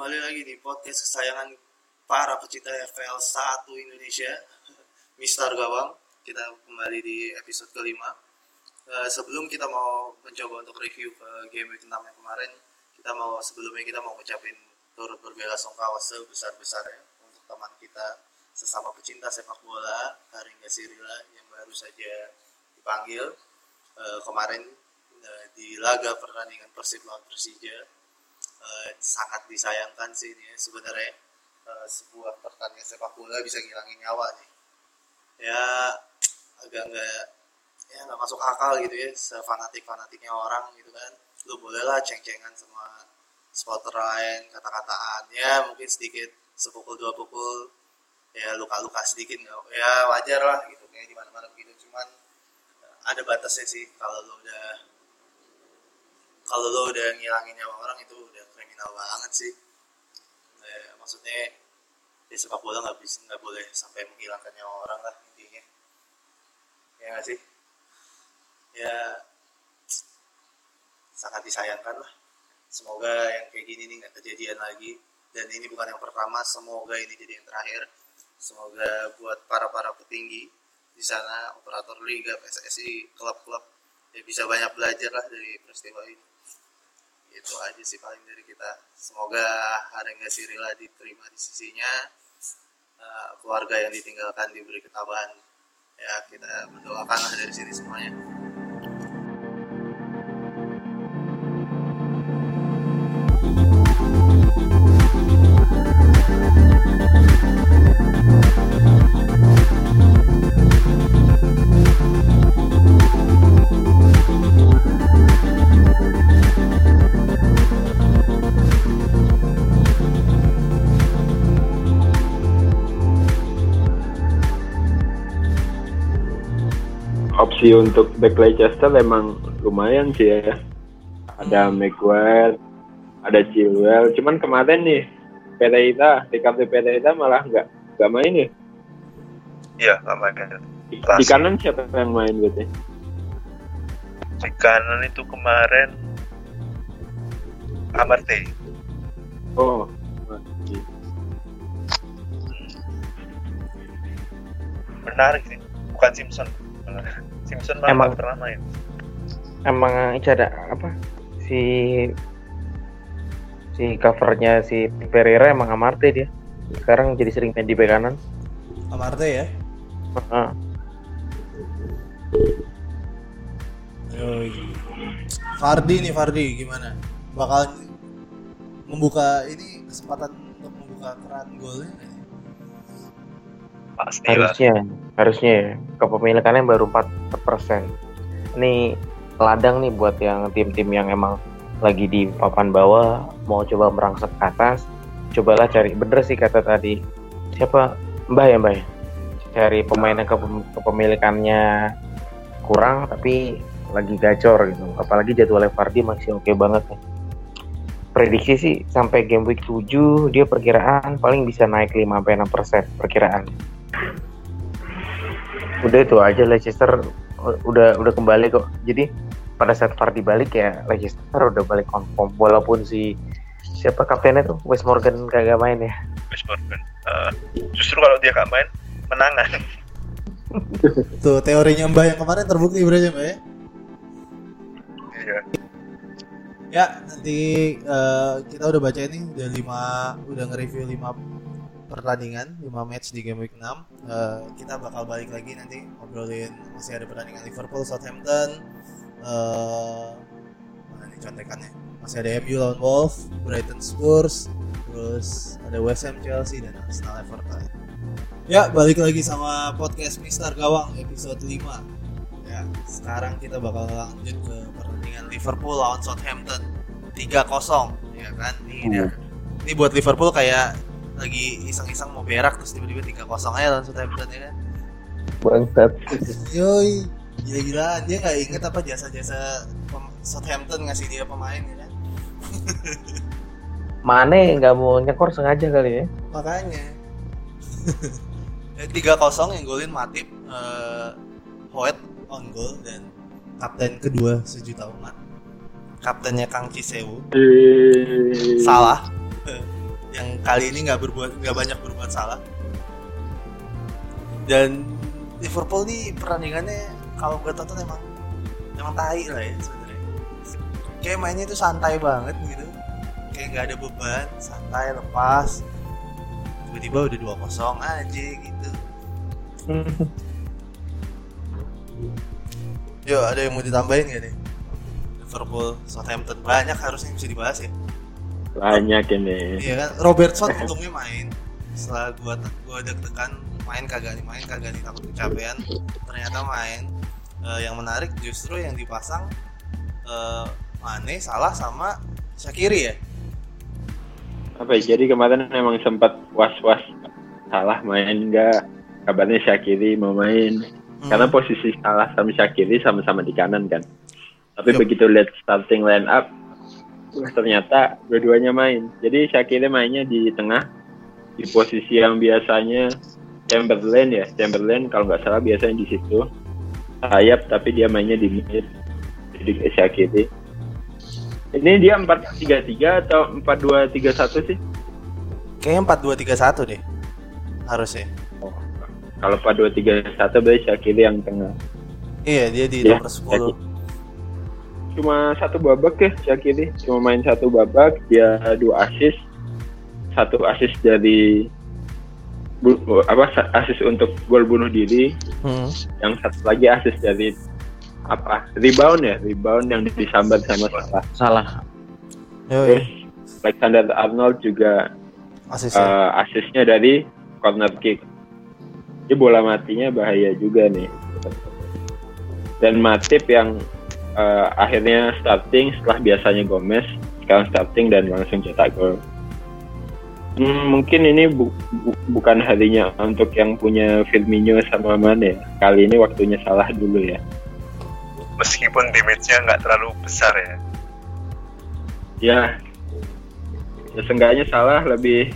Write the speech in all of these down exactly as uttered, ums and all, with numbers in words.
kembali lagi di podcast kesayangan para pecinta F L satu Indonesia, Mister Gawang. Kita kembali di episode kelima. Uh, sebelum kita mau mencoba untuk review ke game week enam yang kemarin, kita mau sebelumnya kita mau ngucapin turut berbelasungkawa sebesar-besarnya untuk teman kita sesama pecinta sepak bola, Haringga Sirila yang baru saja dipanggil uh, kemarin uh, di laga pertandingan Persib lawan Persija. Uh, sangat disayangkan sih ini ya, sebenarnya uh, sebuah pertandingan sepak bola bisa ngilangin nyawa nih. Ya agak nggak ya nggak masuk akal gitu ya, sefanatik-fanatiknya orang gitu kan. Lu bolehlah ceng-cengan sama supporter lain, kata-kataan ya mungkin sedikit sepukul dua pukul, ya luka-luka sedikit nggak, ya wajar lah gitu kayak di mana-mana begitu. Cuman uh, ada batasnya sih. Kalau lu udah kalau lo udah ngilangin nyawa orang itu udah kriminal banget sih. Eh, maksudnya di sepak bola nggak bisa nggak boleh sampai menghilangkan nyawa orang lah intinya. Ya nggak sih? Ya sangat disayangkan lah. Semoga yang kayak gini nih nggak kejadian lagi. Dan ini bukan yang pertama. Semoga ini jadi yang terakhir. Semoga buat para para petinggi di sana, operator liga, P S S I, klub-klub ya bisa banyak belajar lah dari peristiwa ini. Itu aja sih paling dari kita. Semoga Haringga Sirila diterima di sisinya, uh, keluarga yang ditinggalkan diberi ketabahan. Ya kita mendoakanlah dari sini semuanya. Opsi untuk back Leicester emang lumayan sih ya. Ada Maguire, ada Chilwell. Cuman kemarin nih Pereira, T K P Pereira malah nggak nggak main ya. Iya nggak main. Di, di kanan siapa yang main berarti? Di kanan itu kemarin Amartey. Oh. Menarik sih. Bukan Simpson. Simpson malah emang pernah main. Emang ada apa si si covernya si Pereira emang Amartey dia. Sekarang jadi sering main di bek kanan. Amartey ya? Uh-huh. Ayo, Fardi nih Fardi gimana? Bakal membuka ini kesempatan untuk membuka keran golnya? Pasti Harusnya, harusnya ya. Kepemilikannya baru empat persen. Ini ladang nih buat yang tim-tim yang emang lagi di papan bawah mau coba merangsek ke atas. Cobalah cari, bener sih kata tadi siapa Mbah ya Mbah ya? Cari pemain yang kepem- kepemilikannya kurang tapi lagi gacor gitu. Apalagi jadwalnya Vardy masih oke banget nih. Prediksi sih sampai game week tujuh dia perkiraan paling bisa naik lima sampai enam persen perkiraan. Udah itu aja, Leicester udah udah kembali kok. Jadi pada saat Vardy balik ya Leicester udah balik confirm. Walaupun si siapa kaptennya tuh Wes Morgan kagak main ya. Wes Morgan. Uh, justru kalau dia gak main menangan. Tuh teorinya Mbak yang kemarin terbukti berarti Mbak ya? Iya. Ya nanti uh, kita udah baca ini udah lima udah nge-review lima pertandingan, lima match di game week enam. Uh, kita bakal balik lagi nanti ngobrolin masih ada pertandingan Liverpool, Southampton, uh, mana nih contekannya? Masih ada M U lawan Wolves, Brighton Spurs, terus ada West Ham Chelsea dan Arsenal Everton. Ya, balik lagi sama podcast Mister Gawang episode lima. Ya, sekarang kita bakal lanjut ke pertandingan Liverpool lawan Southampton tiga kosong, ya kan? Ini dia. Ini buat Liverpool kayak lagi iseng-iseng mau berak terus tiba-tiba tiga kosong aja lawan Southampton ya kan. Bangsat. Yoi, gila-gilaan dia enggak inget apa jasa-jasa Southampton ngasih dia pemain ya kan. Mane enggak mau nyekor sengaja kali ya. Makanya. tiga kosong yang golin Matip, uh, Hoyt on goal dan kapten kedua sejuta umat. Kaptennya Kang Cisewu. Salah. kali ini nggak berbuat nggak banyak berbuat salah. Dan Liverpool nih pertandingannya kalau gue tonton emang emang tai lah ya sebenarnya. Kayak mainnya itu santai banget gitu. Kayak nggak ada beban, santai lepas. Tiba-tiba udah dua kosong aja gitu. Yo, ada yang mau ditambahin gak nih? Liverpool, Southampton banyak harusnya yang bisa dibahas ya. Banyak ini. Iya kan, Robertson untungnya main. Setelah gua gua deg-degan main kagak nih main kagak nih takut kecapean, ternyata main. Uh, yang menarik justru yang dipasang uh, Mane, Salah sama Shaqiri ya. Apa ya, jadi kemarin memang sempat was-was Salah main enggak, kabarnya Shaqiri mau main. Hmm. Karena posisi Salah sama Shaqiri sama-sama di kanan kan. Tapi yep. Begitu lihat starting line up, ternyata dua-duanya main. Jadi Shaqiri mainnya di tengah, di posisi yang biasanya Chamberlain ya, Chamberlain kalau nggak salah biasanya di situ. Sayap, tapi dia mainnya di mid. Jadi Shaqiri. Ini dia empat tiga tiga atau empat dua tiga satu sih? Kayaknya empat dua tiga satu deh. Harusnya. Oh. Kalau empat dua tiga satu berarti Shaqiri yang tengah. Iya, dia di ya, nomor sepuluh. Cuma satu babak ya Shaqiri. Cuma main satu babak, dia dua assist. Satu assist dari bu, apa assist untuk gol bunuh diri. Hmm. Yang satu lagi assist dari apa rebound ya rebound yang disambar sama Salah. Salah. Terus Alexander Arnold juga assist uh, assistnya dari corner kick. Ini bola matinya bahaya juga nih. Dan Matip yang uh, akhirnya starting setelah biasanya Gomez, sekarang starting dan langsung cetak gol. Hmm, mungkin ini bu- bu- bukan harinya untuk yang punya Firmino sama Mane. Kali ini waktunya Salah dulu ya. Meskipun damage-nya nggak terlalu besar ya. Ya, ya seenggaknya Salah lebih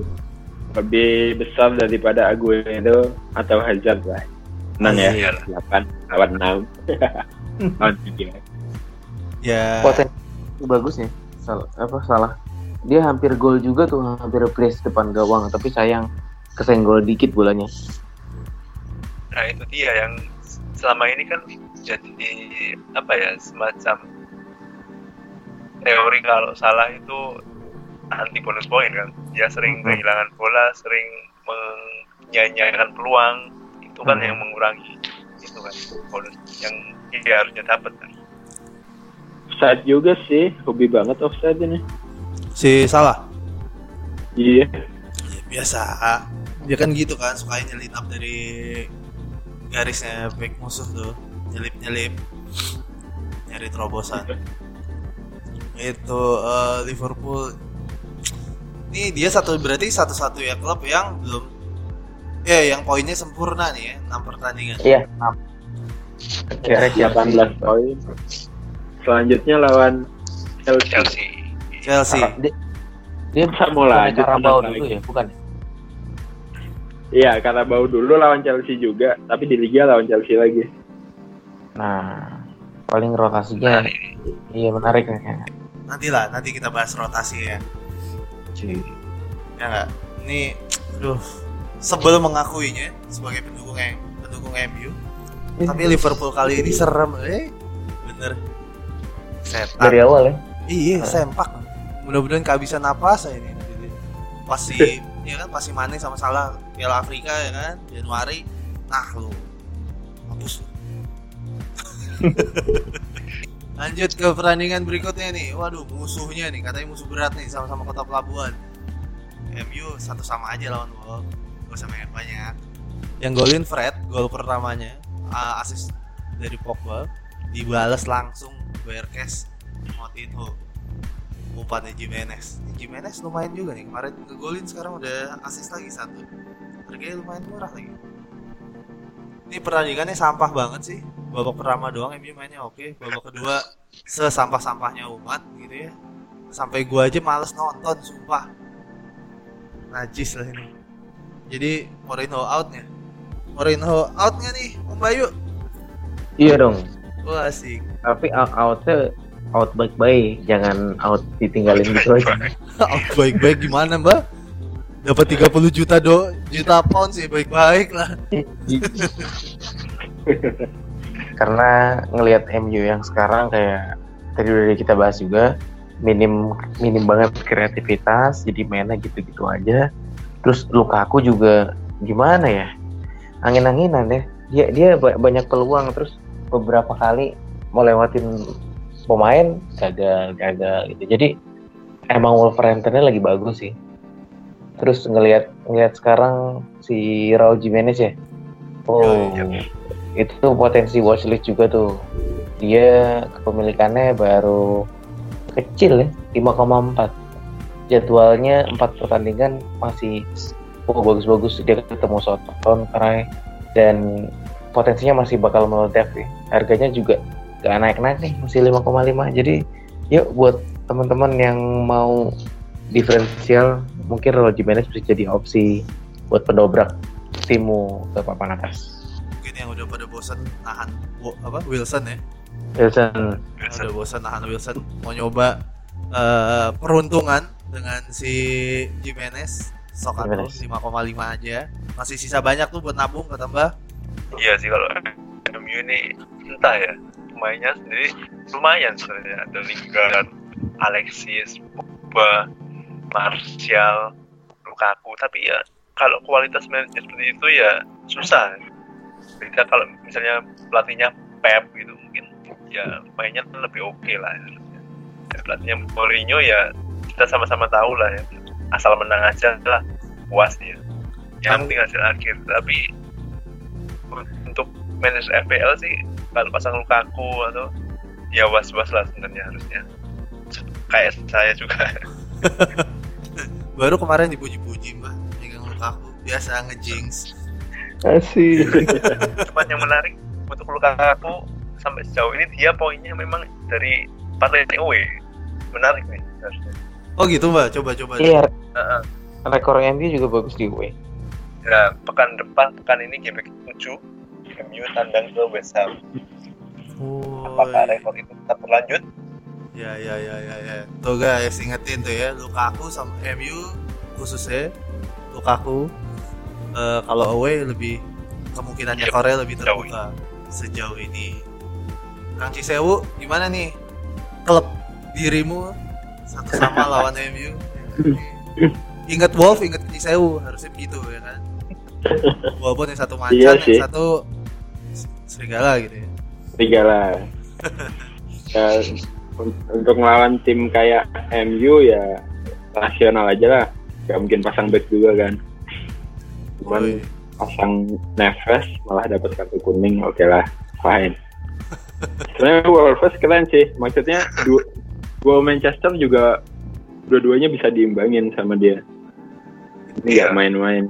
lebih besar daripada Aguero atau Hazard lah. Menang ya, iya. delapan lawan enam. Lawan tiga. Ya. Potensi bagus nih. Salah apa Salah. Dia hampir gol juga tuh, hampir brace depan gawang, tapi sayang kesenggol dikit bolanya. Nah, itu dia yang selama ini kan jadi apa ya, semacam teori kalau Salah itu anti bonus poin kan. Dia sering hmm. kehilangan bola, sering menyanyiakan peluang, itu kan hmm. yang mengurangi itu kan bonus yang dia harusnya dapat kan. Offside juga sih, hobi banget offside ini. Si Salah. Iya. Ya, biasa. Dia kan gitu kan, suka nyelip up dari garisnya back musuh tuh. Nyelip-nyelip nyari terobosan. Itu uh, Liverpool ini dia satu berarti satu-satu ya klub yang belum ya yang poinnya sempurna nih ya, enam pertandingan. Iya, enam. Kira delapan belas poin. Selanjutnya lawan Chelsea. Chelsea. Chelsea. Dia, dia bisa mau lanjut Carabao dulu ya, bukan? Iya, Carabao dulu lawan Chelsea juga, tapi di Liga lawan Chelsea lagi. Nah, paling rotasinya menarik. Iya menarik kayaknya. Nanti lah, nanti kita bahas rotasi ya. Cuy. Ya nggak? Ini, aduh, sebel mengakuinya sebagai pendukung yang pendukung M U. Tapi Liverpool kali ini serem, eh, bener. Setan. Dari awal ya? Iya, nah. Sempak. Mudah-mudahan kehabisan napas ya ini. Pasti, ya kan pasti Mane sama Salah Piala Afrika ya kan, Januari. Nah lu, hapus lu. Lanjut ke pertandingan berikutnya nih. Waduh, musuhnya nih, katanya musuh berat nih, sama-sama Kota Pelabuhan. M U satu sama aja lawan gol. Gak usah banyak-banyak. Yang golin Fred, gol pertamanya, uh, assist dari Pogba, dibalas langsung bayar cash Moutinho. Umpannya Jimenez. Jimenez lumayan juga nih, kemarin ngegolin, sekarang udah assist lagi satu. Harganya lumayan murah lagi. Ini pertandingannya sampah banget sih. Babak pertama doang M U mainnya oke, babak kedua sesampah-sampahnya umat gitu ya. Sampai gua aja males nonton, sumpah. Najis lah ini. Jadi Mourinho outnya. Mourinho outnya nih, Om Bayu. Iya dong. Wah asik. Tapi outnya out baik-baik, jangan out ditinggalin gitu aja. Out baik-baik gimana, Mbak? Dapat tiga puluh juta do, juta pound sih baik-baik lah. Karena ngelihat M U yang sekarang kayak tadi udah kita bahas juga, minim minim banget kreativitas, jadi mainnya gitu-gitu aja. Terus Lukaku juga gimana ya, angin-anginan deh. Dia dia banyak peluang, terus beberapa kali mau lewatin pemain gagal gagal gitu. Jadi emang Wolverhamptonnya lagi bagus sih. Terus ngelihat ngelihat sekarang si Raul Jimenez ya, oh ya, ya. Itu potensi watchlist juga tuh. Dia kepemilikannya baru kecil ya, lima koma empat. Jadwalnya empat pertandingan masih oh, bagus-bagus. Dia ketemu Southampton, Cry, dan potensinya masih bakal meledak sih. Harganya juga gak naik-naik nih, masih lima koma lima. Jadi yuk buat teman-teman yang mau diferensial, mungkin Raul Jimenez bisa jadi opsi buat pendobrak timmu ke papan atas. Mungkin yang udah pada bosan nahan wo, apa Wilson ya. Wilson. Yang udah bosan nahan Wilson, mau nyoba uh, peruntungan dengan si Jimenez, sok atau lima koma lima aja. Masih sisa banyak tuh buat nabung ketambah. Iya sih kalau M U ini entah ya, pemainnya sendiri lumayan sebenarnya. Ada Lingard, Alexis, Pogba, Martial, Lukaku, tapi ya kalau kualitas manajer seperti itu ya susah. Beda kalau misalnya pelatihnya Pep gitu, mungkin ya mainnya lebih oke okay lah. Ya, pelatihnya Mourinho ya kita sama-sama tahu lah ya, asal menang aja lah, puas dia. Yang penting hasil akhir. Tapi untuk manajer F P L sih kalau pasang Lukaku atau ya was-was lah sebenarnya harusnya. Kayak saya juga. Baru kemarin dipuji-puji mbak pegang Lukaku, biasa nge-jinx. Asik. Cuman yang menarik untuk Lukaku sampai sejauh ini dia poinnya memang dari partai away. Menarik nih harusnya. Oh gitu mbak, coba-coba. Iya. Uh-uh. Rekor M U juga bagus di away. Nah, pekan depan, pekan ini game tujuh M U tandang ke West Ham. Oh, Apakah rekor itu tetap berlanjut? Ya ya ya ya ya. Tuh guys, ingetin tuh ya, Lukaku sama M U khususnya Lukaku uh, kalau away lebih kemungkinannya Yep. Korea lebih terbuka sejauh ini. Kang Cisewu gimana nih? Klub dirimu satu sama lawan M U. Ingat Wolf, ingat Cisewu, harusnya begitu ya kan. Walaupun yang satu macan, Iya yang sih. satu serigala gitu ya. Serigala. Ya, untuk melawan tim kayak M U ya rasional aja lah, gak mungkin pasang back juga kan. Cuman Oi. pasang Neves malah dapat kartu kuning, oke lah, fine. Sebenarnya Wolves keren sih, maksudnya dua, dua Manchester juga dua-duanya bisa diimbangin sama dia. Ini Iya. nggak main-main.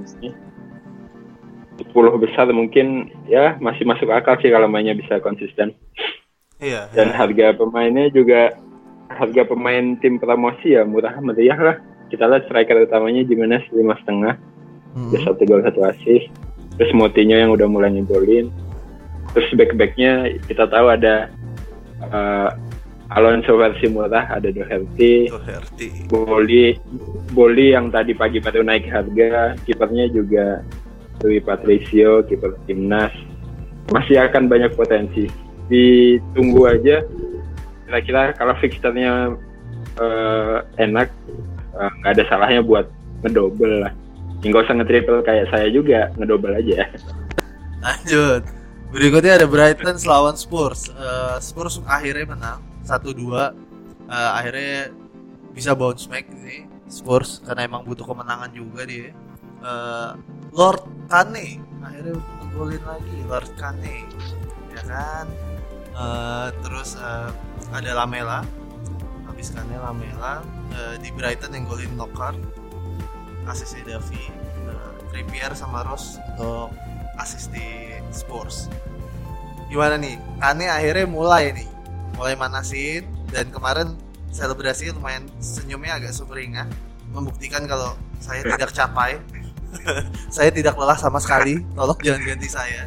sepuluh besar mungkin ya masih masuk akal sih kalau mainnya bisa konsisten. Iya. Dan iya. harga pemainnya juga, harga pemain tim promosi ya murah meriah lah. Kita lihat striker utamanya Jimenez lima setengah, Hmm. dia satu gol satu assist. Terus Moutinho yang udah mulai ngegolin. Terus back-backnya kita tahu ada uh, Alonso versi murah, ada Doherty, Doherty. Boli, Boli yang tadi pagi baru naik harga. Kipernya juga Rui Patricio, kiper timnas. Masih akan banyak potensi. Ditunggu aja. Kira-kira kalau fixturnya uh, enak, nggak uh, ada salahnya buat ngedouble lah. Nggak usah nge-triple kayak saya juga, ngedouble aja. Lanjut. Berikutnya ada Brighton lawan Spurs. Uh, Spurs akhirnya menang satu dua. Uh, akhirnya bisa bounce back ini Spurs karena emang butuh kemenangan juga dia. Uh, Lord Kane akhirnya golin lagi Lord Kane. Ya kan? Uh, terus uh, ada Lamela. Habis Kane Lamela uh, di Brighton yang golin Knockout. Asisnya Davi, uh, Trippier sama Ross untuk asis di Spurs. Gimana nih? Kane akhirnya mulai nih, mulai manasin dan kemarin selebrasi lumayan senyumnya agak sumringah, membuktikan kalau saya tidak capai, saya tidak lelah sama sekali. Tolong jangan ganti saya.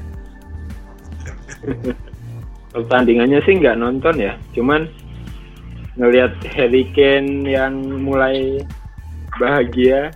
Pertandingannya sih nggak nonton ya, cuman ngelihat Harry Kane yang mulai bahagia,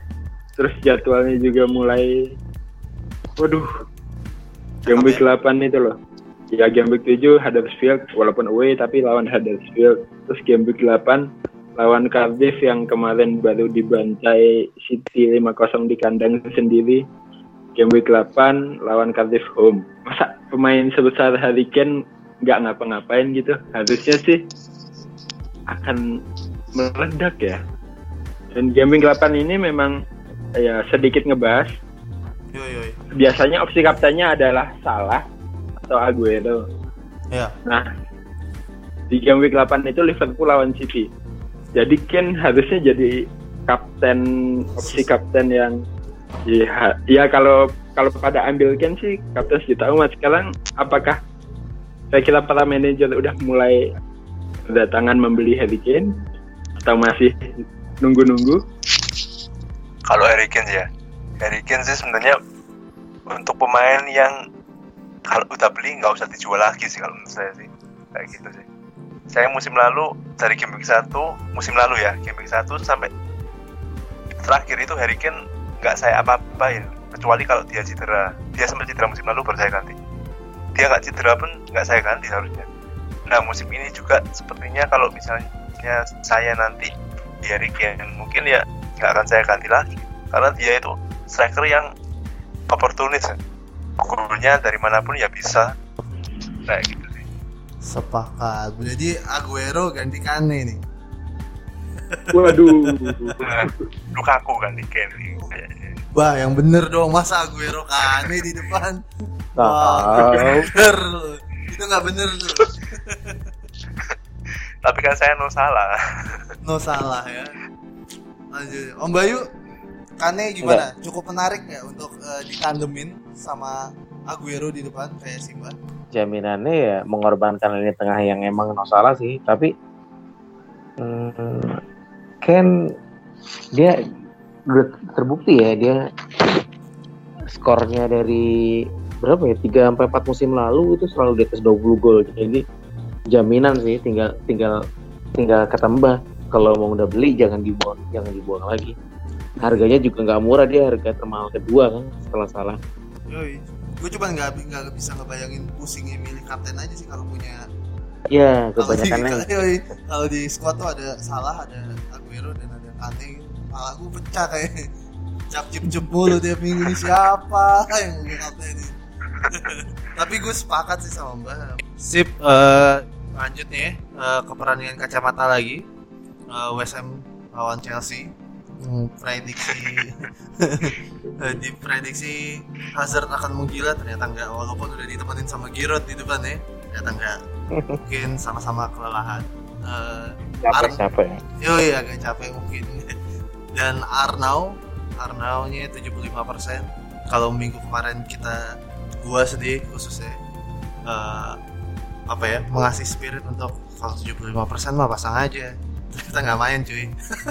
terus jadwalnya juga mulai, waduh, game week delapan itu loh. Ya game week tujuh Huddersfield walaupun away tapi lawan Huddersfield. Terus game week delapan lawan Cardiff yang kemarin baru dibantai City lima kosong di kandang sendiri. Game week delapan lawan Cardiff home. Masa pemain sebesar Harry Kane nggak ngapa-ngapain gitu? Harusnya sih akan meledak ya. Dan game week delapan ini memang ya sedikit ngebahas. Yoi, yoi. Biasanya opsi kaptennya adalah Salah atau Aguero. Ya. Nah, di game week delapan itu Liverpool lawan City. Jadi Kane harusnya jadi kapten, opsi kapten yang ya, ya kalau kalau pada ambil Kane sih kapten sejuta umat. Sekarang apakah saya kira para manajer udah mulai berdatangan membeli Harry Kane atau masih nunggu-nunggu? Kalau Harry Kane ya, Harry Kane sih sebenarnya untuk pemain yang kalau udah beli nggak usah dijual lagi sih kalau menurut saya sih, kayak gitu sih. Saya musim lalu dari game week satu, musim lalu ya, game week satu sampai terakhir itu Harry Kane nggak saya apa-apain, kecuali kalau dia cedera. Dia sempat cedera musim lalu baru saya ganti. Dia nggak cedera pun nggak saya ganti harusnya. Nah musim ini juga sepertinya kalau misalnya saya nanti di Harry Kane mungkin ya nggak akan saya ganti lagi, karena dia itu striker yang oportunis ya. Golnya dari manapun ya bisa, kayak gitu sih. Sepakat. Jadi Aguero ganti Kane nih. Waduh. Lukaku ganti Kane. Bah, yang bener dong, masa Aguero Kane di depan? Tahu. Wah, bener. Itu nggak bener tuh. Tapi kan saya no salah. No salah ya. Lanjut. Om Bayu, Kane gimana? Enggak. Cukup menarik ya untuk uh, ditandemin sama Aguero di depan kayak Simba? Jaminannya ya mengorbankan lini tengah yang emang no salah sih, tapi hmm, Ken dia udah terbukti ya, dia skornya dari berapa ya, tiga sampai empat musim lalu itu selalu di atas dua puluh gol. Jadi jaminan sih, tinggal tinggal tinggal ketembah. Kalau mau udah beli jangan dibuang, jangan dibuang lagi. Harganya juga nggak murah, dia harga termahal kedua kan setelah Salah. Yoi, gue cuma nggak nggak bisa ngebayangin pusingnya milih kapten aja sih kalau punya. Ya kebanyakan yoi, kalau di squad tuh ada Salah, ada Aguero dan ada Kane. Malah gue pecah kayak cap cip cip mulu tiap minggu ini, siapa yang gue kaptenin. Tapi gue sepakat sih sama Mbak. Sip, uh, lanjut nih uh, ke perandingan kacamata lagi. uh, West Ham lawan Chelsea. Hmm, prediksi diprediksi Hazard akan menggila, ternyata enggak, walaupun udah ditemenin sama Giroud di depan ya, ternyata enggak. Mungkin sama-sama kelelahan. Uh, capek-capek. Yo iya agak capek mungkin. Dan Arnau, Arnau-nya tujuh puluh lima persen. Kalau minggu kemarin kita gua sedih khususnya uh, apa ya, mengasih spirit untuk kalau tujuh puluh lima persen mah pasang aja. Kita nggak main cuy.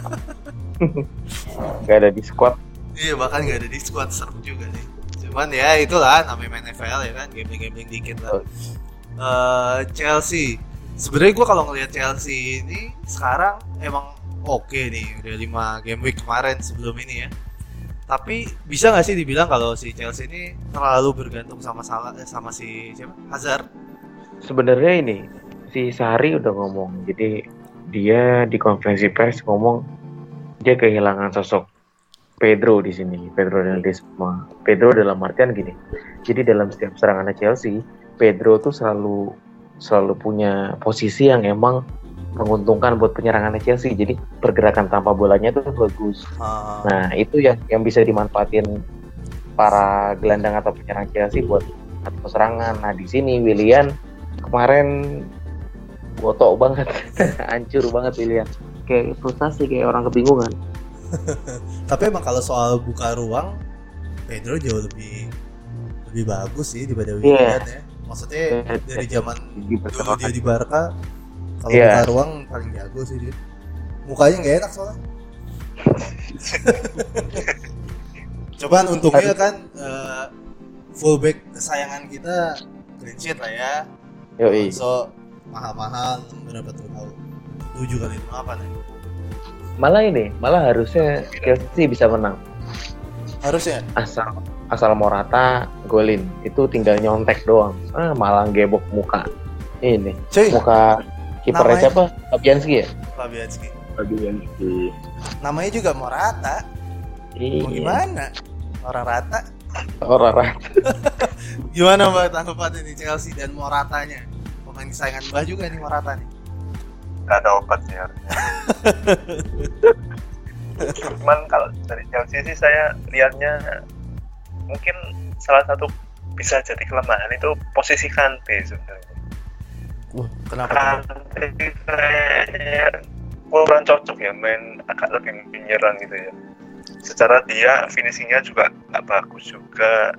Gak ada di squad. Iya, bahkan gak ada di squad, serem juga sih. Cuman ya itulah namanya main N F L ya kan, gambling-gambling dikit lah. uh, Chelsea, sebenarnya gue kalau ngelihat Chelsea ini sekarang emang oke okay nih, udah lima game week kemarin sebelum ini ya. Tapi bisa nggak sih dibilang kalau si Chelsea ini terlalu bergantung sama Salah, sama si siapa? Hazard? Sebenarnya ini si Sarri udah ngomong, jadi dia di konferensi pers ngomong dia kehilangan sosok Pedro di sini, Pedro dan Desma. Pedro dalam artian gini, jadi dalam setiap serangan Chelsea, Pedro tuh selalu selalu punya posisi yang emang menguntungkan buat penyerangan Chelsea. Jadi pergerakan tanpa bolanya tuh bagus. Uh. Nah itu yang yang bisa dimanfaatin para gelandang atau penyerang Chelsea buat atau serangan. Nah di sini Willian kemarin gotok banget, hancur banget Willian. Kayak frustasi, kayak orang kebingungan. Tapi emang kalau soal buka ruang, Pedro jauh lebih lebih bagus sih daripada Willian yeah. ya. Maksudnya yeah. dari zaman dulu dia di Barca, kalau yeah. buka ruang paling jago sih dia. Mukanya nggak enak soalnya. Cobaan untungnya kan uh, fullback kesayangan kita clean sheet lah ya. Yoi. So mahal-mahal berapa tuh tahu? tujuh kali delapan ya. Malah ini, malah harusnya Chelsea bisa menang. Harusnya. Asal asal Morata golin, itu tinggal nyontek doang. Ah, malah gebok muka. Ini Cuy, muka kipernya namanya- siapa? Fabianski ya? Fabianski. Fabianski. Namanya juga Morata. Iya. Mau gimana? Orang rata. Orang rata. Gimana Mbak tanggapan ini Chelsea dan Moratanya? Pemain kesayangan Mbak juga nih Morata nih. Nggak ada obat sih harusnya. Cuman kalau dari Chelsea sih saya lihatnya mungkin salah satu bisa jadi kelemahan itu posisi Kante sebenarnya. Wah, kenapa? tuh? Kante kayaknya kurang cocok ya main agak lebih menyerang gitu ya. Secara dia finishingnya juga nggak bagus juga,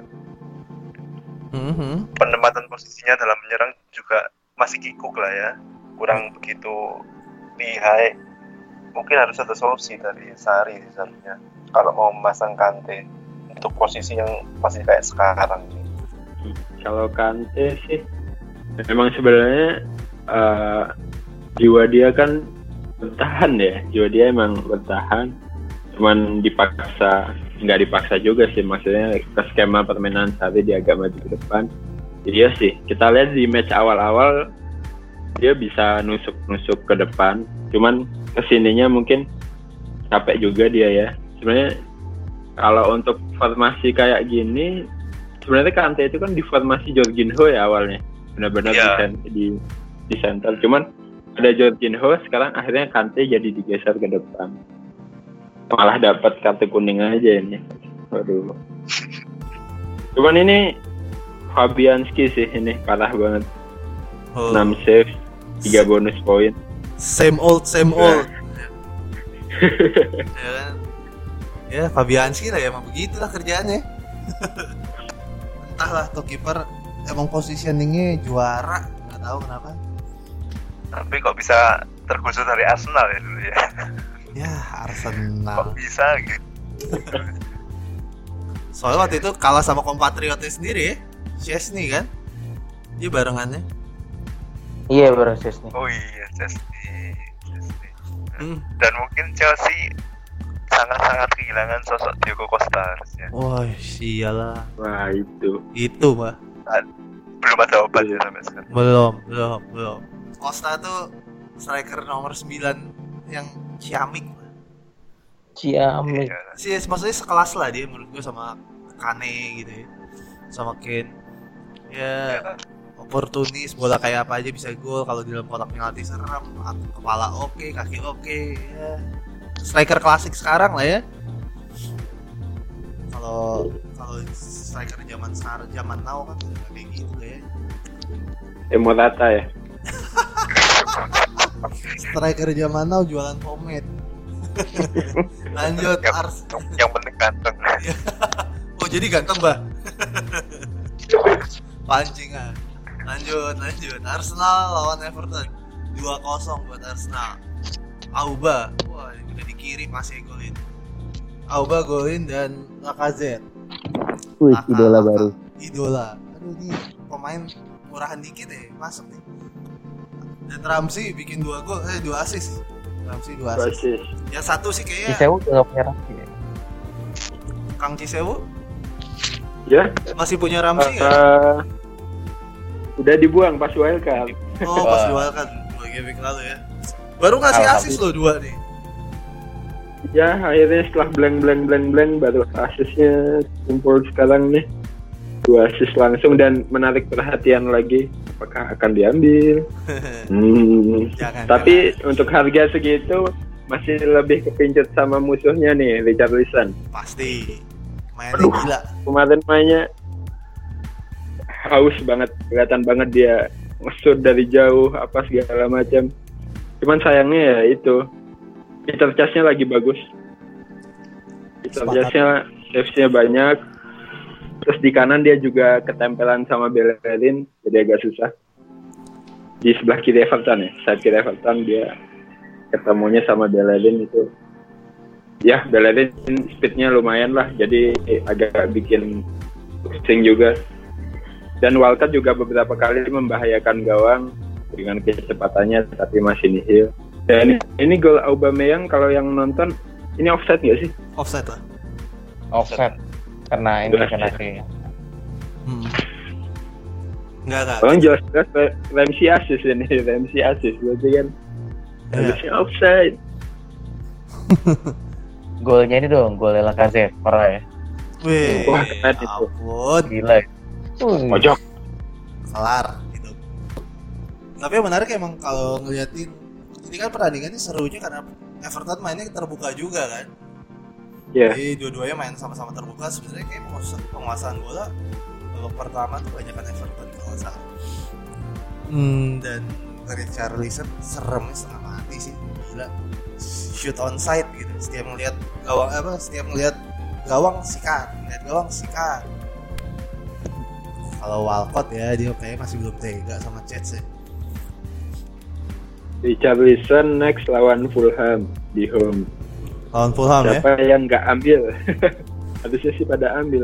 Mhm. penempatan posisinya dalam menyerang juga masih kikuk lah ya, kurang begitu lihai. Mungkin harus ada solusi dari Sarri seharusnya kalau mau memasang Kante untuk posisi yang masih kayak sekarang. Kalau Kante sih memang sebenarnya uh, jiwa dia kan bertahan ya, jiwa dia emang bertahan, cuman dipaksa, nggak dipaksa juga sih, maksudnya ke skema permainan Sarri dia agak maju ke depan. Jadi ya sih, kita lihat di match awal-awal dia bisa nusuk-nusuk ke depan, cuman kesininya mungkin capek juga dia ya. Sebenarnya kalau untuk formasi kayak gini, sebenarnya Kante itu kan di formasi Jorginho ya awalnya, benar-benar Iya. di, sen- di di center, cuman ada Jorginho, sekarang akhirnya Kante jadi digeser ke depan, malah dapat kartu kuning aja ini. Waduh. Cuman ini Fabianski sih ini parah banget. Oh. enam save, tiga bonus poin. Same old, same old. Ya kan? Ya Fabianski lah ya, emang begitulah kerjaannya. Entahlah tuh kiper emang positioningnya juara, nggak tahu kenapa. Tapi kok bisa tergusur dari Arsenal ya dulu ya? Ya Arsenal. Kok bisa gitu? Soalnya waktu itu kalah sama kompatriotnya sendiri ya, Chesney kan? Dia barengannya. Iya berarti nih. Oh iya, Chelsea. Chelsea. Hmm. Dan mungkin Chelsea sangat-sangat kehilangan sosok Diego Costa harusnya. Wah, sialah. Wah itu. Itu mah. Belum ada obat ya sampai sekarang. Belum, belum, belum. Costa tuh striker nomor sembilan yang ciamik. Ciamik. Iya. Sih, maksudnya sekelas lah dia menurut gue sama Kane gitu ya. Sama Kane. Ya, oportunis, bola kayak apa aja bisa gol, kalau di dalam kotak penalti serem, kepala oke, kaki oke, ya. Striker klasik sekarang lah ya. Kalau kalau striker zaman sekarang, zaman now kan udah kayak gitu lah ya. Morata ya. Striker zaman now jualan pomade. Lanjut Yang, Ars. yang penting ganteng. Oh jadi ganteng bah. Pancing ah. Lanjut, lanjut. Arsenal lawan Everton dua kosong buat Arsenal. Auba, wah udah dikirim masih golin. Auba golin dan Lacazette. Wih, Laka, idola Laka. baru. Idola. Aduh ini pemain murahan dikit ya, masuk nih. Dan Ramsey bikin dua gol, eh dua assist. Ramsey dua assist. Basis. Yang satu sih kayaknya Cisewu juga nggak punya Ramsey ya? Kang Cisewu Ya. masih punya Ramsey nggak? Uh, udah dibuang pas wildcard. Oh pas jual kan dua game lalu ya. Baru ngasih assist loh dua nih. Ya akhirnya setelah blank blank blank blank baru asisnya kumpul sekarang nih, dua asis langsung. Dan menarik perhatian lagi, apakah akan diambil? hmm. Jangan, Tapi untuk harga segitu masih lebih kepincut sama musuhnya nih, Richarlison. Pasti mainnya gila. Kemarin mainnya haus banget, kelihatan banget dia nge-shoot dari jauh apa segala macam. Cuman sayangnya ya itu, Peter Chas-nya lagi bagus. Peter Sepakat. Chas-nya saves-nya banyak. Terus di kanan dia juga ketempelan sama Bellerin, jadi agak susah. Di sebelah kiri Everton ya, side kiri Everton dia ketemunya sama Bellerin itu. Ya, Bellerin speed-nya lumayan lah, jadi agak bikin pusing juga. Dan Walcott juga beberapa kali membahayakan gawang dengan kecepatannya, tapi masih nihil. Dan ini, ini gol Aubameyang, kalau yang nonton, ini offside nggak sih? Offside lah. offset karena ini kan ada. Hmm. Enggak enggak. Bang jelas-jelas Ramsey assist ini, Ramsey assist berarti kan. Iya. Harusnya offside. Golnya ini dong, gol Lacazette, parah ya. Wih, Wah, keren itu. ampun, Gila. Pojok. kelar gitu. Tapi yang menarik emang kalau ngeliatin ini kan pertandingannya serunya karena Everton mainnya terbuka juga kan. Iya. Jadi dua-duanya main sama-sama terbuka. Sebenarnya kayak penguasaan, penguasaan bola babak pertama tuh banyak kan Everton kalau nggak salah. Hmm, dan Richarlison seremnya setengah mati sih, gila. Shoot on side gitu. Setiap melihat gawang apa, setiap melihat gawang sikat, melihat gawang sikat. Kalau Walcott ya dia kayaknya masih belum tega sama Chelsea. Richarlison next lawan Fulham di home. Lawan Fulham ya. Siapa yang nggak ambil? Harusnya sih pada ambil.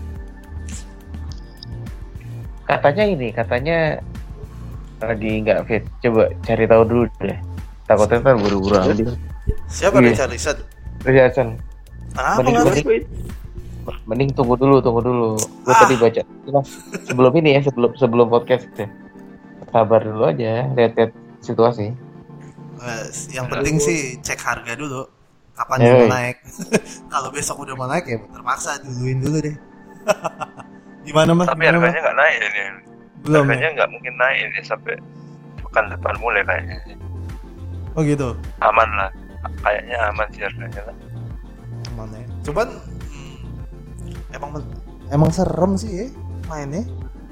Katanya ini, katanya lagi nggak fit. Coba cari tahu dulu deh. Takutnya ntar buru-buru ambil. Siapa Iya. Richarlison? Richardson. Kenapa Mending nggak gue- fit? Mending tunggu dulu, tunggu dulu. Gue Ah. tadi baca. Cuma sebelum ini ya, sebelum sebelum podcast deh. Sabar dulu aja, lihat-lihat situasi. Eh, yang penting sih cek harga dulu. Kapan Yoi. dia mau naik? Kalau besok udah mau naik ya terpaksa duluin dulu deh. Gimana mas? Tapi Gimana, Mas? harganya nggak naik ini. Belum Harganya ya? nggak mungkin naik ini sampai pekan depan mulai kayaknya. Oh gitu. Aman lah. Kayaknya aman sih harganya lah. Aman ya. Cuman hmm, emang emang serem sih ya mainnya.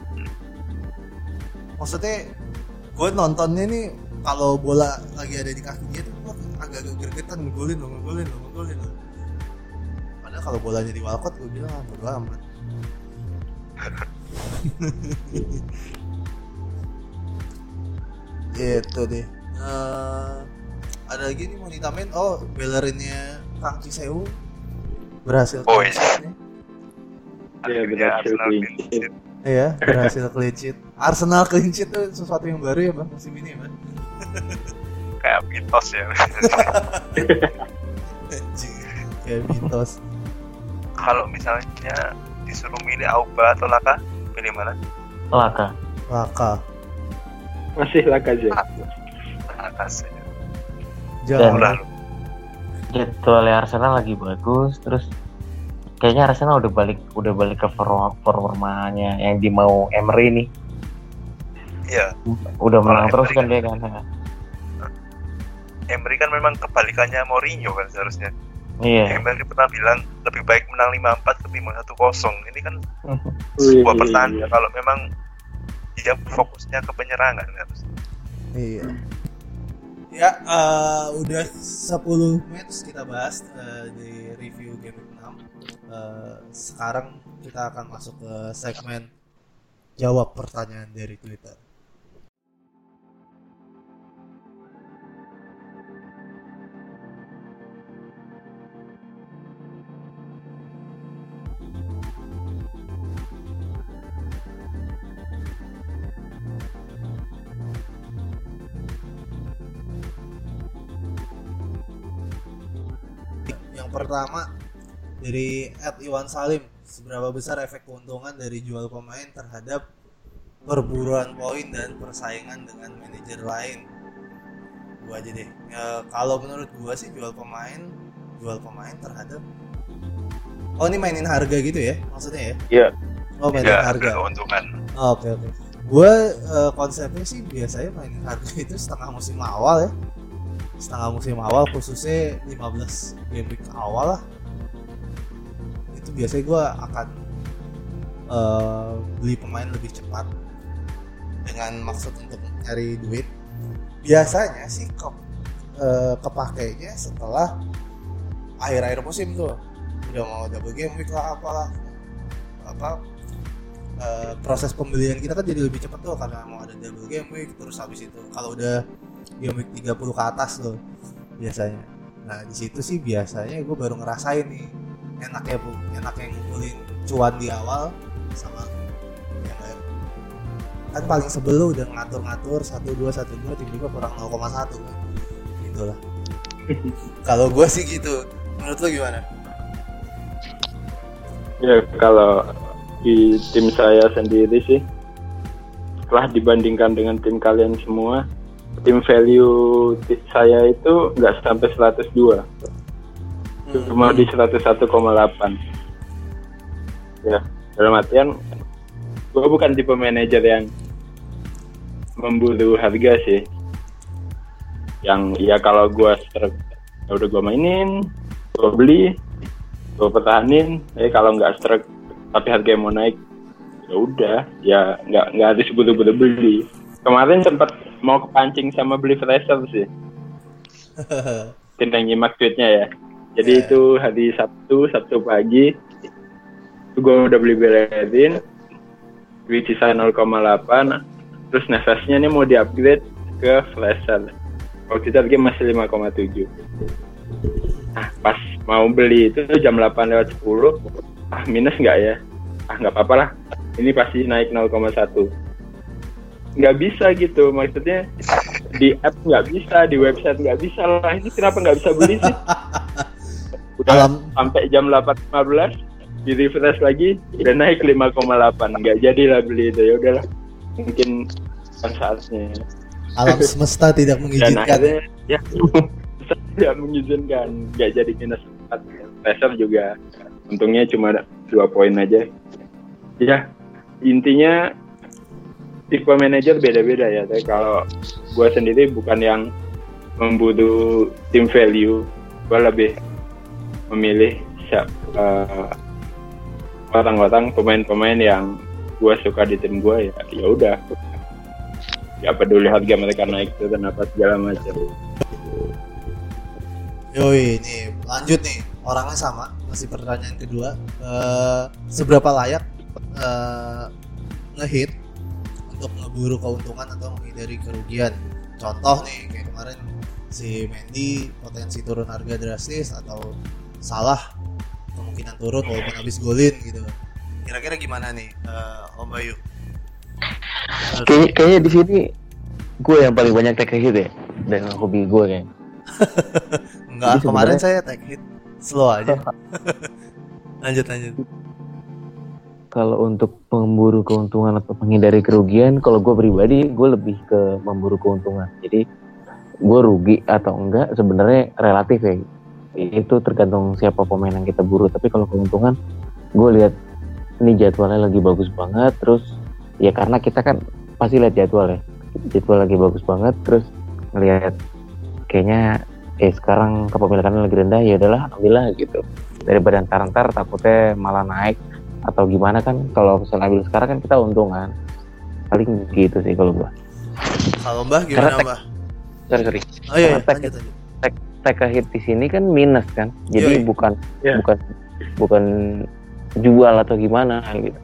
Maksudnya gue nontonnya nih kalau bola lagi ada di kaki dia tuh gue agak-agak gregetan ngegolin loh, ngegolin loh, ngegolin loh. Padahal kalau bolanya di Walcott gue bilang ah, bodo amat. Gitu deh. Eh, ada lagi nih mau ditamain. Oh, Bellerinnya Kang Cisewu berhasil Oh, clean iya. sheet nih. Iya, Akhirnya berhasil Arsenal clean clean sheet. sheet. Iya, berhasil clean sheet. Arsenal clean sheet tuh sesuatu yang baru ya bang musim ini ya bang. Kayak mitos ya. Anjing, kayak mitos. Kalau misalnya disuruh milih Auba atau Laka, pilih mana? Laka. Laka. Masih Lacazette. Laka sih. Jangan. Udah lu. Jadwalnya Arsenal lagi bagus, terus kayaknya Arsenal udah balik udah balik ke form- formanya yang di mau Emery nih. Iya. Udah menang Kalau terus Emery kan kan- dia kan. Emery kan memang kebalikannya Mourinho kan seharusnya. Iya. Emery pernah bilang lebih baik menang lima empat ketimbang satu kosong. Ini kan Wih, sebuah pertanda kalau memang dia fokusnya ke penyerangan harus. Iya. Ya, eh, udah sepuluh match kita bahas eh, di review game enam. Eh, sekarang kita akan masuk ke segmen jawab pertanyaan dari Twitter. Yang pertama dari Ed Iwan Salim, seberapa besar efek keuntungan dari jual pemain terhadap perburuan poin dan persaingan dengan manajer lain? Gua aja deh. Ya, kalau menurut gua sih jual pemain, jual pemain terhadap Oh, ini mainin harga gitu ya maksudnya ya? Iya. Oh, mainin Ya, harga. keuntungan. Oh, Oke oke. Gue uh, konsepnya sih biasanya mainin harga itu setengah musim awal ya. Setengah musim awal khususnya lima belas game week awal lah. Itu biasanya gue akan uh, beli pemain lebih cepat dengan maksud untuk cari duit. Biasanya sih ke, uh, kepakainya setelah akhir-akhir musim tuh. Udah mau double game week lah apalah. Apa Uh, proses pembelian kita kan jadi lebih cepat tuh karena mau ada double game week, terus habis itu kalau udah game week tiga puluh ke atas tuh biasanya. Nah di situ sih biasanya gue baru ngerasain nih enaknya bu, enaknya ngumpulin cuan di awal sama yang lain. Kan paling sebel lu udah ngatur-ngatur satu dua satu dua tiba-tiba kurang nol koma satu kan. Gitulah. Kalau gue sih gitu. Menurut lu gimana? Ya kalau di tim saya sendiri sih, setelah dibandingkan dengan tim kalian semua, tim value ti- saya itu nggak sampai seratus dua, cuma di seratus satu koma delapan. Ya, dalam artian gue bukan tipe manajer yang memburu harga sih. Yang ya kalau gue strike, ya udah gue mainin, gue beli, gue pertahanin. Eh kalau nggak strike tapi harganya mau naik, ya udah, ya nggak nggak harus buru-buru beli. Kemarin sempat mau kepancing sama beli Fraser sih. Tidak nyimak tweetnya ya. Jadi Yeah. itu hari Sabtu, Sabtu pagi, itu gue udah beli Bellerin, duit sisa nol koma delapan, terus nefasnya nih mau di-upgrade ke Fraser. Waktu itu harganya masih lima koma tujuh. Nah, pas mau beli itu jam delapan lewat sepuluh, ah minus nggak ya? Ah nggak apa-apa lah, ini pasti naik nol koma satu. Nggak bisa gitu, maksudnya di app nggak bisa, di website nggak bisa lah. Ini kenapa nggak bisa beli sih? Udah Alam- sampai jam delapan lima belas, di refresh lagi, udah naik lima koma delapan. Nggak jadilah beli itu, ya udahlah. Mungkin kan saatnya. Alam semesta tidak Dan mengizinkan. akhirnya ya tidak mengizinkan, nggak jadi minus empat. Racer juga untungnya cuma dua poin aja. Ya intinya tipe manajer beda-beda ya. Tapi kalau gue sendiri bukan yang memburu tim value, gue lebih memilih uh, orang-orang pemain-pemain yang gue suka di tim gue, ya ya udah, gak peduli harga mereka naik tuh kenapa segala macam. Yoi, nih lanjut nih, orangnya sama, masih pertanyaan kedua. Eh, seberapa layak eh, ngehit untuk ngeburu keuntungan atau menghindari kerugian? Contoh nih, kayak kemarin si Mendy potensi turun harga drastis, atau Salah kemungkinan turun walaupun habis golin gitu. Kira-kira gimana nih, eh, Om Bayu? Kayaknya, kayaknya di sini gue yang paling banyak take hit ya dengan hobi gue kayaknya. Enggak, Jadi kemarin sebenarnya- saya take hit slow aja. lanjut lanjut. Kalau untuk memburu keuntungan atau menghindari kerugian, kalau gue pribadi gue lebih ke memburu keuntungan. Jadi gue rugi atau enggak sebenarnya relatif ya. Itu tergantung siapa pemain yang kita buru. Tapi kalau keuntungan, gue lihat ini jadwalnya lagi bagus banget. Terus ya karena kita kan pasti lihat jadwal ya. Jadwal lagi bagus banget. Terus ngelihat kayaknya eh sekarang kepemilikannya lagi rendah, ya udahlah ambillah gitu. Daripada ntar-ntar takutnya malah naik atau gimana kan. Kalau misalnya ambil sekarang kan kita untung kan. Paling gitu sih kalau gua. Kalau Mbah gimana, Karena Mbah? Sorry sorry. Oh iya, iya, Karena lanjut lanjut. Take a hit di sini kan minus kan. Jadi Yoi. bukan Ya. bukan bukan jual atau gimana gitu.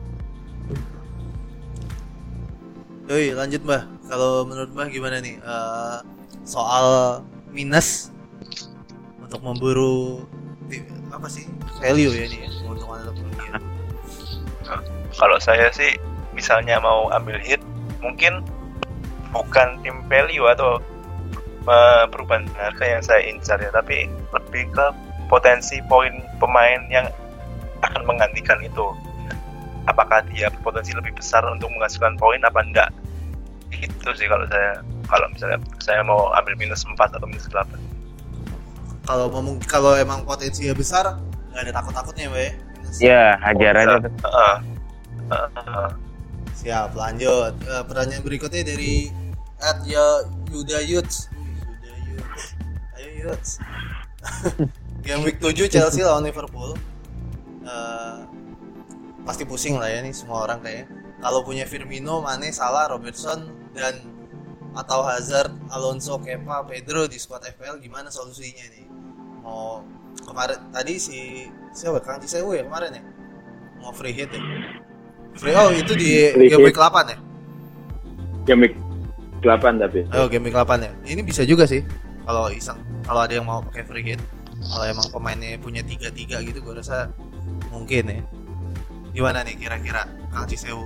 Yoi, lanjut Mbah. Kalau menurut Mbah gimana nih, eh, soal minus untuk memburu ti- apa sih value ya nih ya, keuntungan atau kerugian? Kalau saya sih misalnya mau ambil hit, mungkin bukan tim value atau uh, perubahan harga yang saya incar ya, tapi lebih ke potensi poin pemain yang akan menggantikan itu. Apakah dia potensi lebih besar untuk menghasilkan poin apa enggak? Itu sih kalau saya, kalau misalnya saya mau ambil minus empat atau minus delapan. Kalau mau kalau emang potensinya besar, nggak ada takut-takutnya, Mbak ya. Minus. Ya hajar aja. Uh, uh, uh, Siap, lanjut. Eh, pertanyaan berikutnya dari at ya Yuda Yuts. Yuda Yuts. Ayo Yuts. Game week tujuh Chelsea lawan Liverpool. Eh, pasti pusing lah ya nih semua orang kayaknya. Kalau punya Firmino, Mane, Salah, Robertson dan atau Hazard, Alonso, Kepa, Pedro di squad F P L, gimana solusinya nih? Mau kemarin tadi si siapa Kang Cisewu ya kemarin ya? Mau free hit ya? Free, oh itu di Free game hit. week delapan ya? Game week delapan tapi. Oh game week delapan ya? Ini bisa juga sih kalau iseng, kalau ada yang mau pakai free hit. Kalau emang pemainnya punya tiga tiga gitu, gue rasa mungkin ya. Gimana nih kira-kira Kang Cisewu?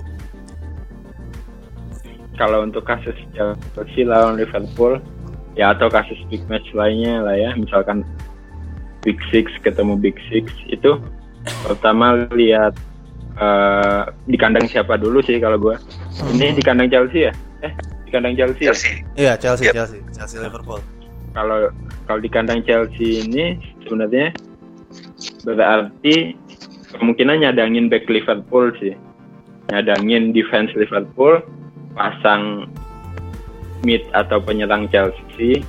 Kalau untuk kasus Chelsea lawan Liverpool, ya atau kasus big match lainnya lah ya, misalkan Big Six ketemu Big Six, itu Pertama lihat uh, di kandang siapa dulu sih kalau gue. Ini di kandang Chelsea ya? Eh, di kandang Chelsea. Chelsea. Iya, Chelsea, Yep. Chelsea, Chelsea Liverpool. Kalau kalau di kandang Chelsea ini sebenarnya berarti kemungkinan nyadangin back Liverpool sih. Nyadangin defense Liverpool, pasang mid atau penyerang Chelsea.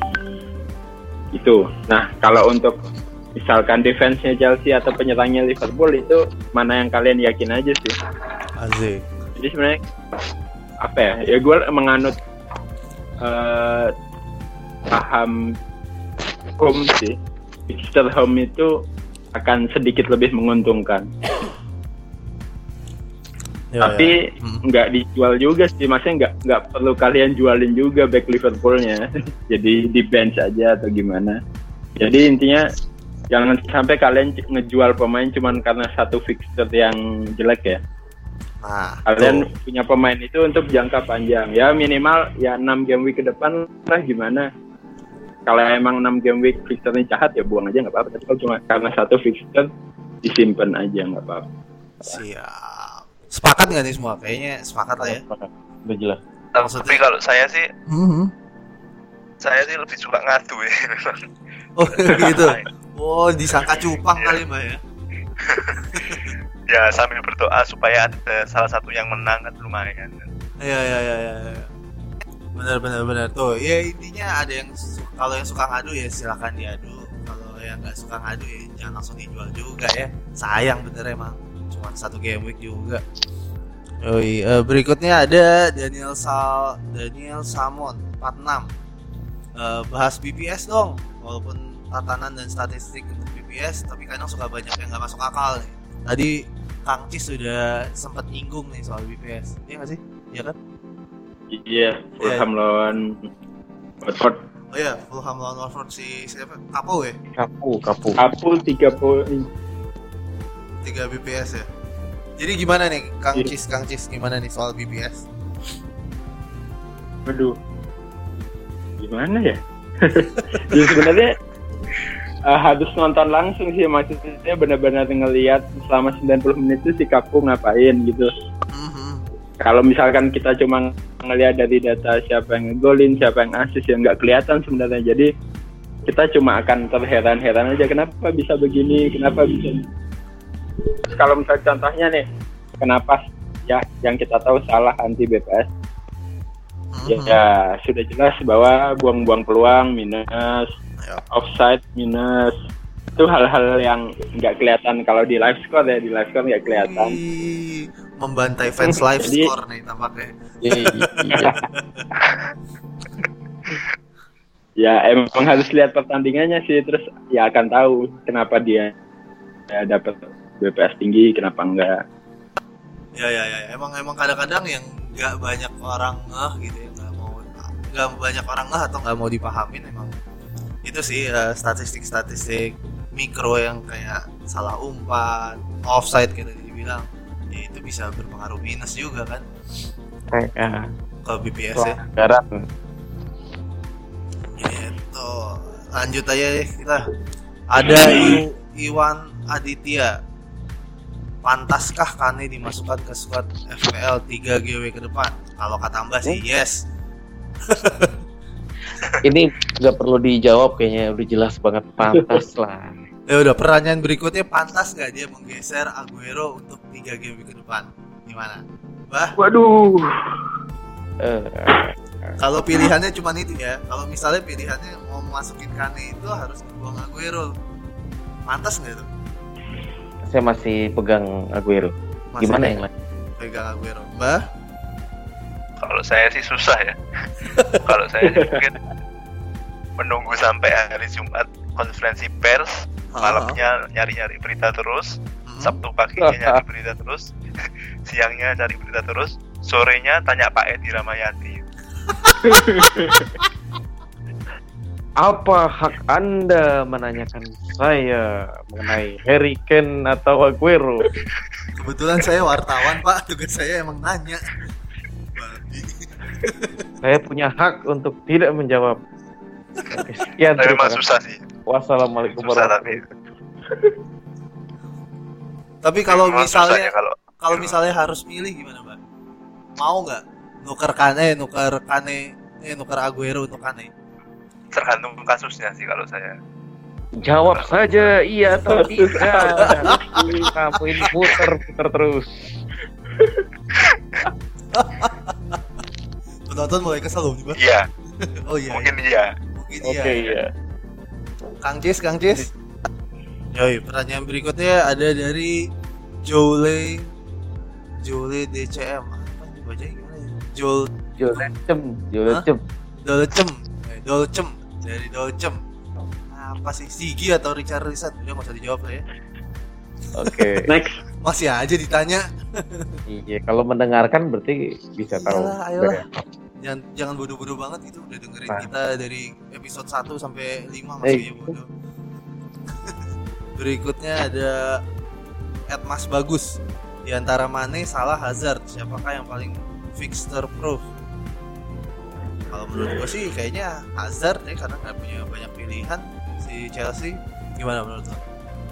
Itu. Nah, kalau untuk misalkan defense-nya Chelsea atau penyerangnya Liverpool itu mana yang kalian yakin aja sih? Asik. Jadi sebenarnya apa ya? Ya gue menganut uh, paham home sih. Fixture home itu akan sedikit lebih menguntungkan. Ya, Tapi ya. Hmm. nggak dijual juga sih, maksudnya nggak nggak perlu kalian jualin juga back Liverpoolnya. Jadi di bench aja atau gimana. Jadi intinya jangan sampai kalian ngejual pemain cuman karena satu fixture yang jelek ya. Nah, Kalian tuh. punya pemain itu untuk jangka panjang. Ya minimal ya enam game week ke depan lah gimana. Kalau emang enam game week fixture-nya jahat ya buang aja nggak apa-apa. Tapi kalau cuma karena satu fixture disimpan aja nggak apa-apa. Siap. Sepakat nggak nih semua? Kayaknya sepakat lah ya. Udah jelas. Tapi kalau saya sih, Mm-hmm. saya sih lebih suka ngadu ya. Oh gitu. Oh disangka cupang kali mbak ya. Ya sambil berdoa supaya ada salah satu yang menang kan lumayan. Iya iya iya iya. Ya. Benar benar benar tuh. Ya intinya ada yang su- kalau yang suka ngadu ya silakan diadu. Kalau yang nggak suka ngadu ya jangan langsung dijual juga ya. Sayang bener emang. Cuma satu game week juga. Yoi, uh, berikutnya ada Daniel Sal Daniel Samon empat puluh enam. Uh, bahas B P S dong. Walaupun tatanan dan statistik untuk B P S, tapi kadang suka banyak yang nggak masuk akal nih. Tadi Kang Cis sudah sempat nyinggung nih soal B P S. Iya nggak sih? Iya kan? Iya, Fulham lawan Watford. Oh iya, Fulham lawan Watford si siapa? Kapo ya? Kapu, kapu. Apul tiga poin. tiga B P S ya. Jadi gimana nih Kang Iya. Cis, Kang Cis gimana nih soal B P S? Aduh, gimana ya? Ya sebenarnya uh, harus nonton langsung sih, maksudnya benar-benar ngelihat selama sembilan puluh menit itu si Kapu ngapain gitu. Mhm. Kalau misalkan kita cuma ngelihat dari data siapa yang ngegolin, siapa yang assist, ya nggak kelihatan sebenarnya. Jadi kita cuma akan terheran-heran aja kenapa bisa begini, kenapa bisa. Terus kalau misalnya contohnya nih, kenapa ya yang kita tahu salah anti B P S? Ya, Mhm. ya sudah jelas bahwa buang-buang peluang minus, Ya. offside minus, itu hal-hal yang nggak kelihatan kalau di live score ya, di live score nggak kelihatan. Ih, membantai fans live Jadi- score nih tampaknya. Iya. Ya emang harus lihat pertandingannya sih, terus ya akan tahu kenapa dia ya, dapat B P S tinggi, kenapa enggak. Ya ya ya, emang emang kadang-kadang yang nggak banyak orang ngeh gitu ya, nggak mau nggak banyak orang ngeh atau nggak mau dipahamin emang itu sih eh, statistik-statistik mikro yang kayak salah umpan, offside gitu dibilang, ya itu bisa berpengaruh minus juga kan Kayak ke B P S ya. garam. Gitu. Lanjut aja deh kita. Ada I- Iwan Aditya. Pantaskah Kane dimasukkan ke squad F P L tiga G W ke depan? Kalau kata Mbak sih yes. Ini nggak perlu dijawab kayaknya, udah jelas banget pantas lah. Ya udah, pertanyaan berikutnya, pantas nggak dia menggeser Aguero untuk tiga G W ke depan? Gimana? Bah, Waduh, Eh, kalau pilihannya cuma itu ya. Kalau misalnya pilihannya mau masukin Kane itu harus buang Aguero. Pantas nggak itu? saya masih pegang Aguero. Masih Gimana yang lain? pegang Aguero? Mbah? Kalau saya sih susah ya. Kalau saya sih mungkin menunggu sampai hari Jumat konferensi pers, malamnya nyari-nyari berita terus, Hmm. Sabtu paginya nyari berita terus, siangnya cari berita terus, sorenya tanya Pak Edi Ramayadi. Apa hak Anda menanyakan saya mengenai Harry Kane atau Aguero? Kebetulan saya wartawan Pak, tugas saya emang nanya. Babi. Saya punya hak untuk tidak menjawab. Oke, sekian. Tapi terima memang kasih. susah sih. Wassalamualaikum Susah tapi. warahmatullahi wabarakatuh. Tapi kalau Memang misalnya susah ya kalau kalau misalnya harus milih gimana, Mbak? Mau nggak nuker Kane, nuker Kane, eh nuker Aguero untuk Kane? tergantung kasusnya sih kalau saya. Jawab saja iya atau tidak. Kamu ini puter-puter terus. Penonton mulai kesel loh, Mbak. Iya, Oh iya. mungkin iya. iya. Mungkin Oke iya. iya. Kang Cis, Kang Cis. Yoi, pertanyaan berikutnya ada dari Jole Jole D C M. Apa ini bacanya gimana ya? Jol Jolecem, Jolecem. Dolcem, eh, Dolcem dari Dolcem. Apa sih Sigi atau Richard Rizat? Udah nggak usah dijawab lah ya. Oke. Next. Masih aja ditanya. Iya, kalau mendengarkan berarti bisa tahu. Ayolah, ayolah. Jangan jangan bodoh-bodoh banget gitu, udah dengerin Nah. kita dari episode satu sampai lima Eh. masih aja bodoh. Berikutnya ada Ed Mas Bagus. Di antara Mane, Salah, Hazard, siapakah yang paling fixture proof? Kalau menurut gue sih kayaknya Hazard ya, karena nggak punya banyak pilihan si Chelsea. Gimana menurut lo?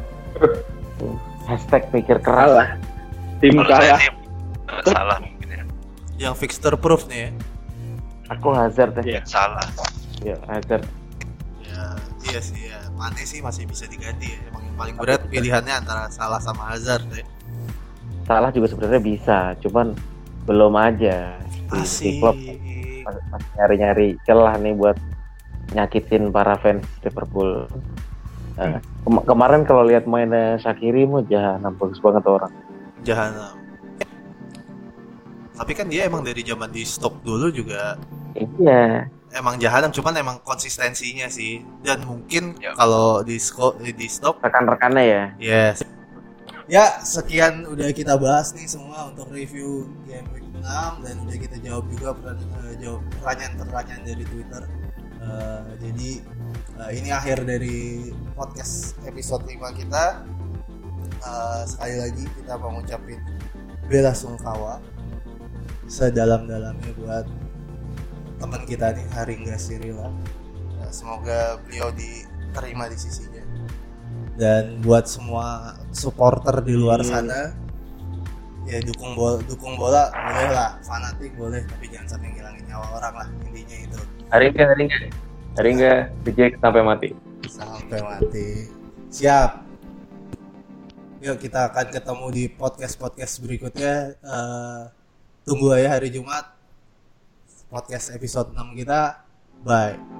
Hashtag pikir keras. Kalah. Tim Kalau saya kalah. sih eh, salah mungkin ya. Yang fixture proof nih ya? Aku Hazard ya. Iya. Salah. Ya, Hazard. Ya, iya sih ya. Mane sih masih bisa diganti ya. Emang yang paling berat pilihannya antara Salah sama Hazard ya. Salah juga sebenarnya bisa, cuman belum aja. Si, si Asik. Klopp masih masih nyari-nyari celah nih buat nyakitin para fans Liverpool. Eh, kem- kemarin kalau lihat mainnya Shaqiri mau jahanam, bagus banget orang. Jahanam. Tapi kan dia emang dari zaman di stop dulu juga Iya. emang jahanam, cuman emang konsistensinya sih. Dan mungkin Ya. kalau di sko- di stop Rekan-rekannya ya. yes. Ya, sekian udah kita bahas nih semua untuk review game week enam dan udah kita jawab juga per- eh, jawab pertanyaan-pertanyaan dari Twitter. Eh, jadi eh, ini akhir dari podcast episode lima kita. Eh, sekali lagi kita mau ngucapin bela sungkawa sedalam-dalamnya buat teman kita nih Haringga Sirila. Eh, semoga beliau diterima di sisinya. Dan buat semua supporter di luar sana, ya dukung bola, dukung bola boleh lah, fanatik boleh, tapi jangan sampai ngilangin nyawa orang lah, intinya itu. Hari enggak, hari enggak. Hari enggak reject sampai mati. Sampai mati. Siap. Yuk kita akan ketemu di podcast-podcast berikutnya. Eh, tunggu aja hari Jumat podcast episode enam kita. Bye.